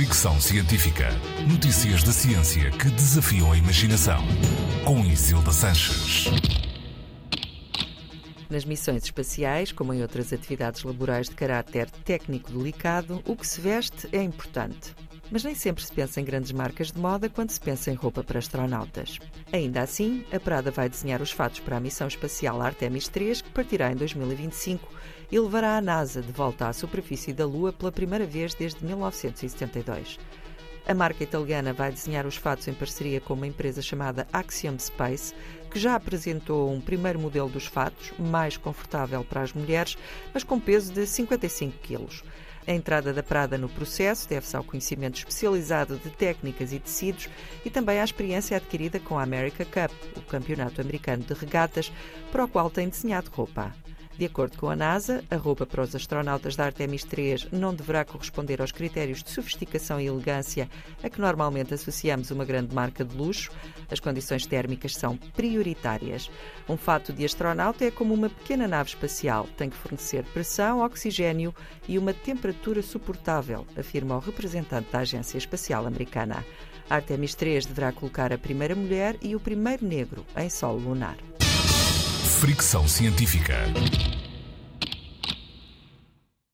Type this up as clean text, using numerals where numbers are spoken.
Fricção Científica. Notícias da ciência que desafiam a imaginação. Com Isilda Sanches. Nas missões espaciais, como em outras atividades laborais de caráter técnico delicado, o que se veste é importante. Mas nem sempre se pensa em grandes marcas de moda quando se pensa em roupa para astronautas. Ainda assim, a Prada vai desenhar os fatos para a missão espacial Artemis 3, que partirá em 2025 e levará a NASA de volta à superfície da Lua pela primeira vez desde 1972. A marca italiana vai desenhar os fatos em parceria com uma empresa chamada Axiom Space, que já apresentou um primeiro modelo dos fatos, mais confortável para as mulheres, mas com peso de 55 kg. A entrada da Prada no processo deve-se ao conhecimento especializado de técnicas e tecidos e também à experiência adquirida com a America Cup, o campeonato americano de regatas, para o qual tem desenhado roupa. De acordo com a NASA, a roupa para os astronautas da Artemis 3 não deverá corresponder aos critérios de sofisticação e elegância a que normalmente associamos uma grande marca de luxo. As condições térmicas são prioritárias. Um fato de astronauta é como uma pequena nave espacial. Tem que fornecer pressão, oxigênio e uma temperatura suportável, afirma o representante da Agência Espacial Americana. A Artemis 3 deverá colocar a primeira mulher e o primeiro negro em solo lunar. Fricção Científica.